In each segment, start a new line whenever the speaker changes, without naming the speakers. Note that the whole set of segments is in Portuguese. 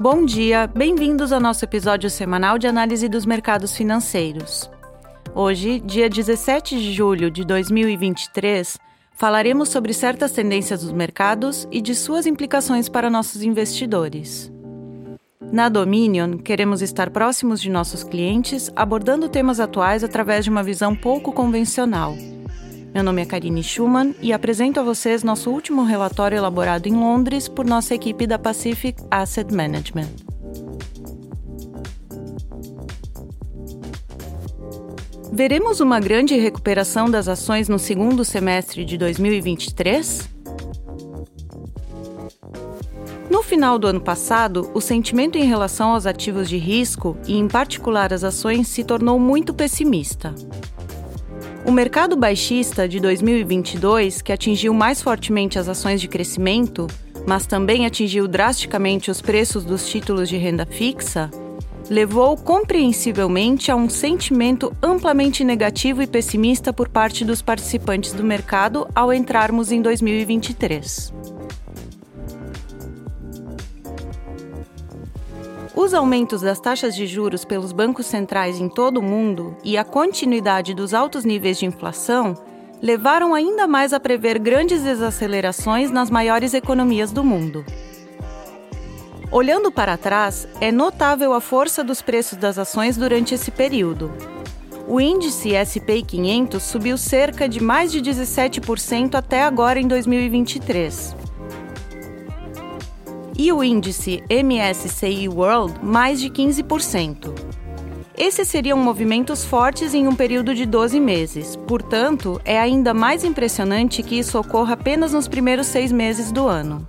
Bom dia, bem-vindos ao nosso episódio semanal de análise dos mercados financeiros. Hoje, dia 17 de julho de 2023, falaremos sobre certas tendências dos mercados e de suas implicações para nossos investidores. Na Dominion, queremos estar próximos de nossos clientes, abordando temas atuais através de uma visão pouco convencional. Meu nome é Karine Schumann e apresento a vocês nosso último relatório elaborado em Londres por nossa equipe da Pacific Asset Management. Veremos uma grande recuperação das ações no segundo semestre de 2023? No final do ano passado, o sentimento em relação aos ativos de risco, e em particular as ações, se tornou muito pessimista. O mercado baixista de 2022, que atingiu mais fortemente as ações de crescimento, mas também atingiu drasticamente os preços dos títulos de renda fixa, levou compreensivelmente a um sentimento amplamente negativo e pessimista por parte dos participantes do mercado ao entrarmos em 2023. Os aumentos das taxas de juros pelos bancos centrais em todo o mundo e a continuidade dos altos níveis de inflação levaram ainda mais a prever grandes desacelerações nas maiores economias do mundo. Olhando para trás, é notável a força dos preços das ações durante esse período. O índice S&P 500 subiu cerca de mais de 17% até agora em 2023. E o índice MSCI World, mais de 15%. Esses seriam movimentos fortes em um período de 12 meses, portanto, é ainda mais impressionante que isso ocorra apenas nos primeiros 6 meses do ano.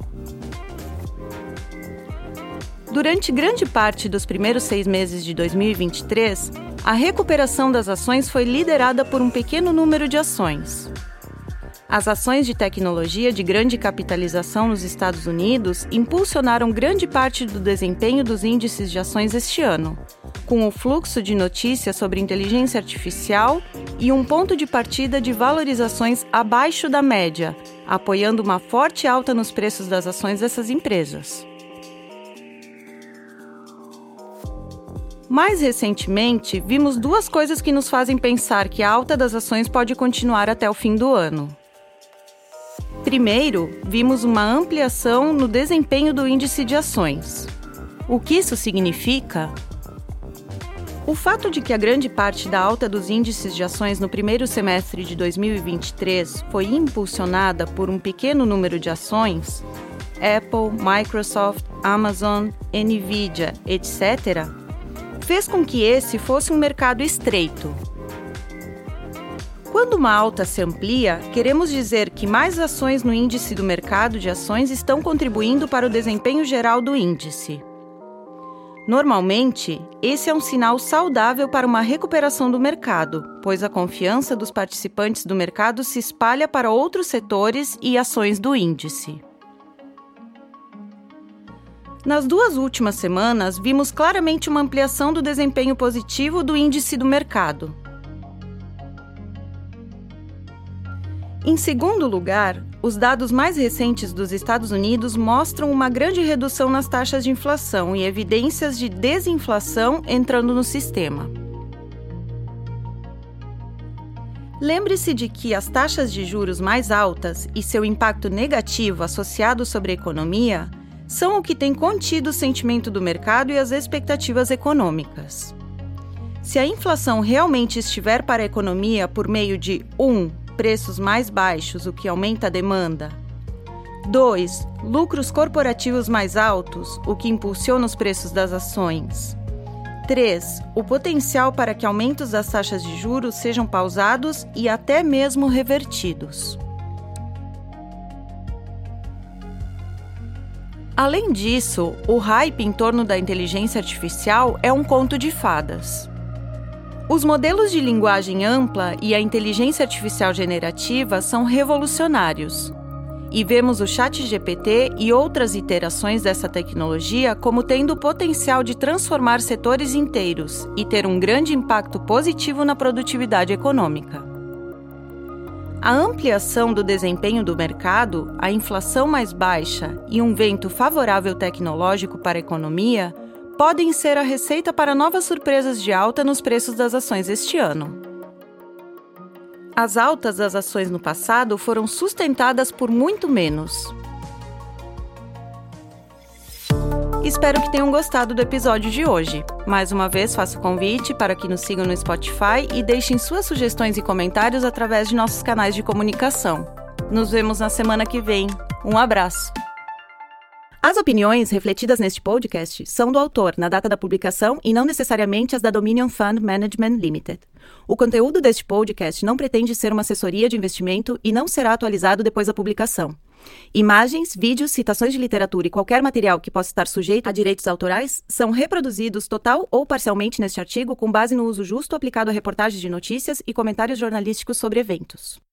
Durante grande parte dos primeiros 6 meses de 2023, a recuperação das ações foi liderada por um pequeno número de ações. As ações de tecnologia de grande capitalização nos Estados Unidos impulsionaram grande parte do desempenho dos índices de ações este ano, com o fluxo de notícias sobre inteligência artificial e um ponto de partida de valorizações abaixo da média, apoiando uma forte alta nos preços das ações dessas empresas. Mais recentemente, vimos duas coisas que nos fazem pensar que a alta das ações pode continuar até o fim do ano. Primeiro, vimos uma ampliação no desempenho do índice de ações. O que isso significa? O fato de que a grande parte da alta dos índices de ações no primeiro semestre de 2023 foi impulsionada por um pequeno número de ações, Apple, Microsoft, Amazon, Nvidia, etc., fez com que esse fosse um mercado estreito. Quando uma alta se amplia, queremos dizer que mais ações no índice do mercado de ações estão contribuindo para o desempenho geral do índice. Normalmente, esse é um sinal saudável para uma recuperação do mercado, pois a confiança dos participantes do mercado se espalha para outros setores e ações do índice. Nas 2 últimas semanas, vimos claramente uma ampliação do desempenho positivo do índice do mercado. Em segundo lugar, os dados mais recentes dos Estados Unidos mostram uma grande redução nas taxas de inflação e evidências de desinflação entrando no sistema. Lembre-se de que as taxas de juros mais altas e seu impacto negativo associado sobre a economia são o que tem contido o sentimento do mercado e as expectativas econômicas. Se a inflação realmente estiver para a economia por meio de 1. Preços mais baixos, o que aumenta a demanda. 2. Lucros corporativos mais altos, o que impulsiona os preços das ações. 3. O potencial para que aumentos das taxas de juros sejam pausados e até mesmo revertidos. Além disso, o hype em torno da inteligência artificial é um conto de fadas. Os modelos de linguagem ampla e a inteligência artificial generativa são revolucionários. E vemos o ChatGPT e outras iterações dessa tecnologia como tendo o potencial de transformar setores inteiros e ter um grande impacto positivo na produtividade econômica. A ampliação do desempenho do mercado, a inflação mais baixa e um vento favorável tecnológico para a economia podem ser a receita para novas surpresas de alta nos preços das ações este ano. As altas das ações no passado foram sustentadas por muito menos. Espero que tenham gostado do episódio de hoje. Mais uma vez, faço o convite para que nos sigam no Spotify e deixem suas sugestões e comentários através de nossos canais de comunicação. Nos vemos na semana que vem. Um abraço! As opiniões refletidas neste podcast são do autor na data da publicação e não necessariamente as da Dominion Fund Management Limited. O conteúdo deste podcast não pretende ser uma assessoria de investimento e não será atualizado depois da publicação. Imagens, vídeos, citações de literatura e qualquer material que possa estar sujeito a direitos autorais são reproduzidos total ou parcialmente neste artigo com base no uso justo aplicado a reportagens de notícias e comentários jornalísticos sobre eventos.